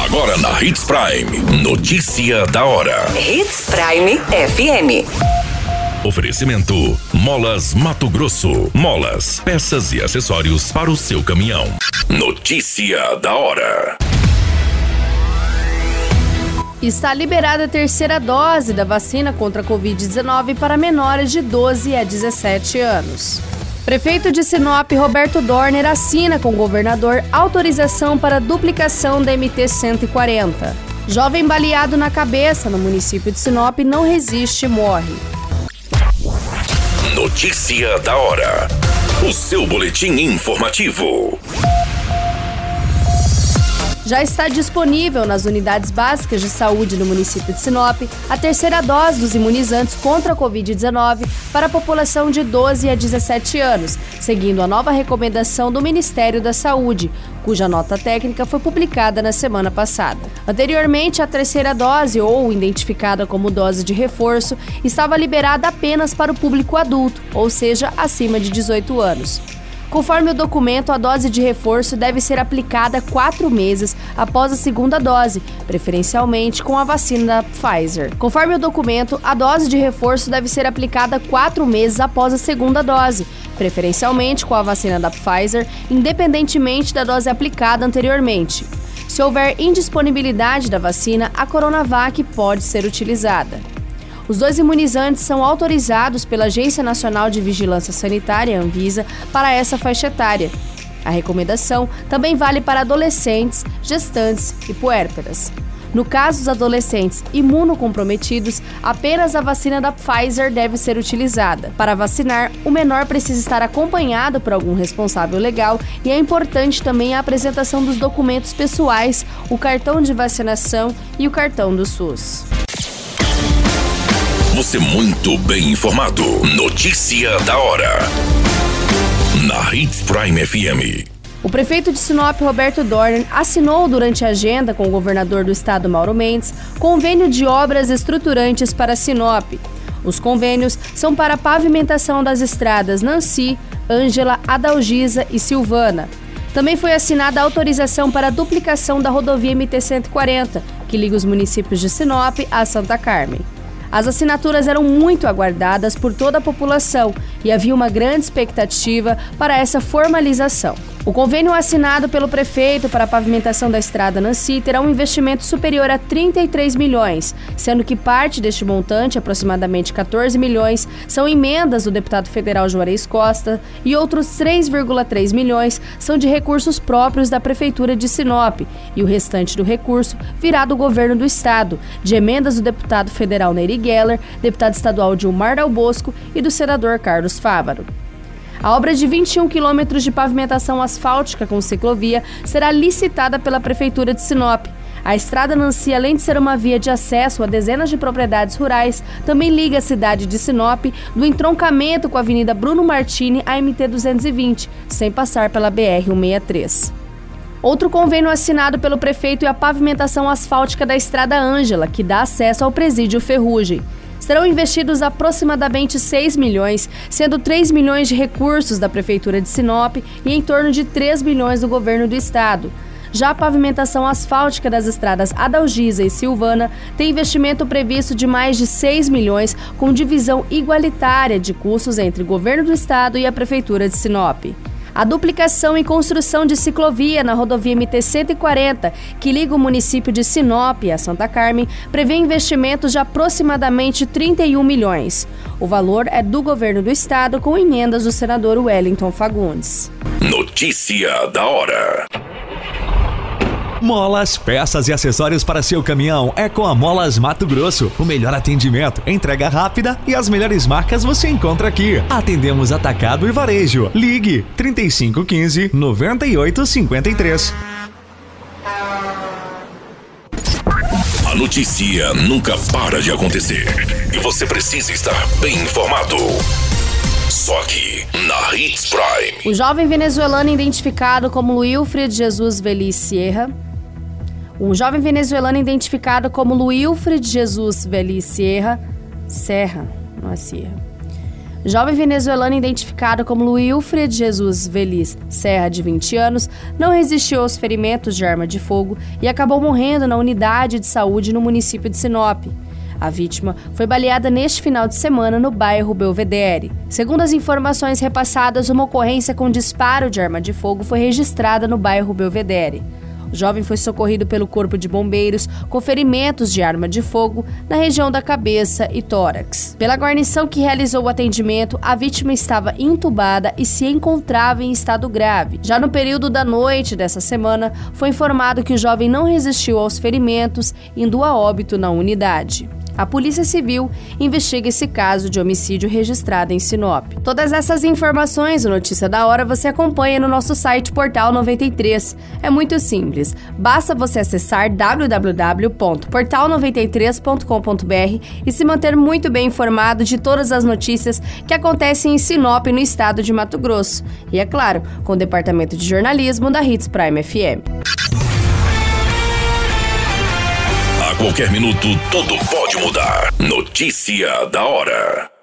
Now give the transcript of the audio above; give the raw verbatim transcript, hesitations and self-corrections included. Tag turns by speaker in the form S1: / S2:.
S1: Agora na Hits Prime, notícia da hora.
S2: Hits Prime F M.
S1: Oferecimento Molas Mato Grosso. Molas, peças e acessórios para o seu caminhão. Notícia da hora.
S3: Está liberada a terceira dose da vacina contra a covid dezenove para menores de doze a dezessete anos. Prefeito de Sinop, Roberto Dorner, assina com o governador autorização para duplicação da M T cento e quarenta. Jovem baleado na cabeça no município de Sinop não resiste e morre.
S1: Notícia da hora. O seu boletim informativo.
S3: Já está disponível nas unidades básicas de saúde no município de Sinop a terceira dose dos imunizantes contra a covid dezenove para a população de doze a dezessete anos, seguindo a nova recomendação do Ministério da Saúde, cuja nota técnica foi publicada na semana passada. Anteriormente, a terceira dose, ou identificada como dose de reforço, estava liberada apenas para o público adulto, ou seja, acima de dezoito anos. Conforme o documento, a dose de reforço deve ser aplicada quatro meses após a segunda dose, preferencialmente com a vacina da Pfizer. Conforme o documento, a dose de reforço deve ser aplicada quatro meses após a segunda dose, preferencialmente com a vacina da Pfizer, independentemente da dose aplicada anteriormente. Se houver indisponibilidade da vacina, a Coronavac pode ser utilizada. Os dois imunizantes são autorizados pela Agência Nacional de Vigilância Sanitária, Anvisa, para essa faixa etária. A recomendação também vale para adolescentes, gestantes e puérperas. No caso dos adolescentes imunocomprometidos, apenas a vacina da Pfizer deve ser utilizada. Para vacinar, o menor precisa estar acompanhado por algum responsável legal e é importante também a apresentação dos documentos pessoais, o cartão de vacinação e o cartão do SUS.
S1: Você muito bem informado. Notícia da hora. Na Hits Prime F M.
S3: O prefeito de Sinop, Roberto Dorner, assinou durante a agenda com o governador do estado, Mauro Mendes, convênio de obras estruturantes para Sinop. Os convênios são para a pavimentação das estradas Nancy, Ângela, Adalgisa e Silvana. Também foi assinada a autorização para a duplicação da rodovia M T cento e quarenta, que liga os municípios de Sinop a Santa Carmen. As assinaturas eram muito aguardadas por toda a população e havia uma grande expectativa para essa formalização. O convênio assinado pelo prefeito para a pavimentação da estrada Nancy terá um investimento superior a trinta e três milhões, sendo que parte deste montante, aproximadamente quatorze milhões, são emendas do deputado federal Juarez Costa e outros três vírgula três milhões são de recursos próprios da Prefeitura de Sinop e o restante do recurso virá do governo do estado, de emendas do deputado federal Nery Geller, deputado estadual Dilmar Dal Bosco e do senador Carlos Fávaro. A obra de vinte e um quilômetros de pavimentação asfáltica com ciclovia será licitada pela Prefeitura de Sinop. A estrada Nancy, além de ser uma via de acesso a dezenas de propriedades rurais, também liga a cidade de Sinop do entroncamento com a Avenida Bruno Martini à M T duzentos e vinte, sem passar pela B R cento e sessenta e três. Outro convênio assinado pelo prefeito é a pavimentação asfáltica da estrada Ângela, que dá acesso ao presídio Ferrugem. Serão investidos aproximadamente seis milhões, sendo três milhões de recursos da Prefeitura de Sinop e em torno de três milhões do governo do estado. Já a pavimentação asfáltica das estradas Adalgisa e Silvana tem investimento previsto de mais de seis milhões, com divisão igualitária de custos entre o governo do estado e a Prefeitura de Sinop. A duplicação e construção de ciclovia na rodovia M T cento e quarenta, que liga o município de Sinop a Santa Carmen, prevê investimentos de aproximadamente trinta e um milhões. O valor é do governo do estado, com emendas do senador Wellington Fagundes.
S1: Notícia da hora.
S4: Molas, peças e acessórios para seu caminhão é com a Molas Mato Grosso. O melhor atendimento, entrega rápida e as melhores marcas você encontra aqui. Atendemos atacado e varejo. Ligue trinta e cinco quinze, noventa e oito cinquenta e três.
S1: A notícia nunca para de acontecer e você precisa estar bem informado. Só aqui na Hits Prime.
S3: O jovem venezuelano identificado como Wilfred Jesus Veliz Sierra Um jovem venezuelano identificado como Wilfred Jesus Veliz Sierra, Serra, não é Sierra, Jovem venezuelano identificado como Wilfred Jesus Veliz Serra, de vinte anos, não resistiu aos ferimentos de arma de fogo e acabou morrendo na unidade de saúde no município de Sinop. A vítima foi baleada neste final de semana no bairro Belvedere. Segundo as informações repassadas, uma ocorrência com disparo de arma de fogo foi registrada no bairro Belvedere. O jovem foi socorrido pelo Corpo de Bombeiros com ferimentos de arma de fogo na região da cabeça e tórax. Pela guarnição que realizou o atendimento, a vítima estava entubada e se encontrava em estado grave. Já no período da noite dessa semana, foi informado que o jovem não resistiu aos ferimentos, indo a óbito na unidade. A Polícia Civil investiga esse caso de homicídio registrado em Sinop. Todas essas informações, o Notícia da Hora, você acompanha no nosso site Portal noventa e três. É muito simples, basta você acessar w w w ponto portal noventa e três ponto com ponto b r e se manter muito bem informado de todas as notícias que acontecem em Sinop, no estado de Mato Grosso. E, é claro, com o Departamento de Jornalismo da Hits Prime F M.
S1: A qualquer minuto, tudo pode mudar. Notícia da hora.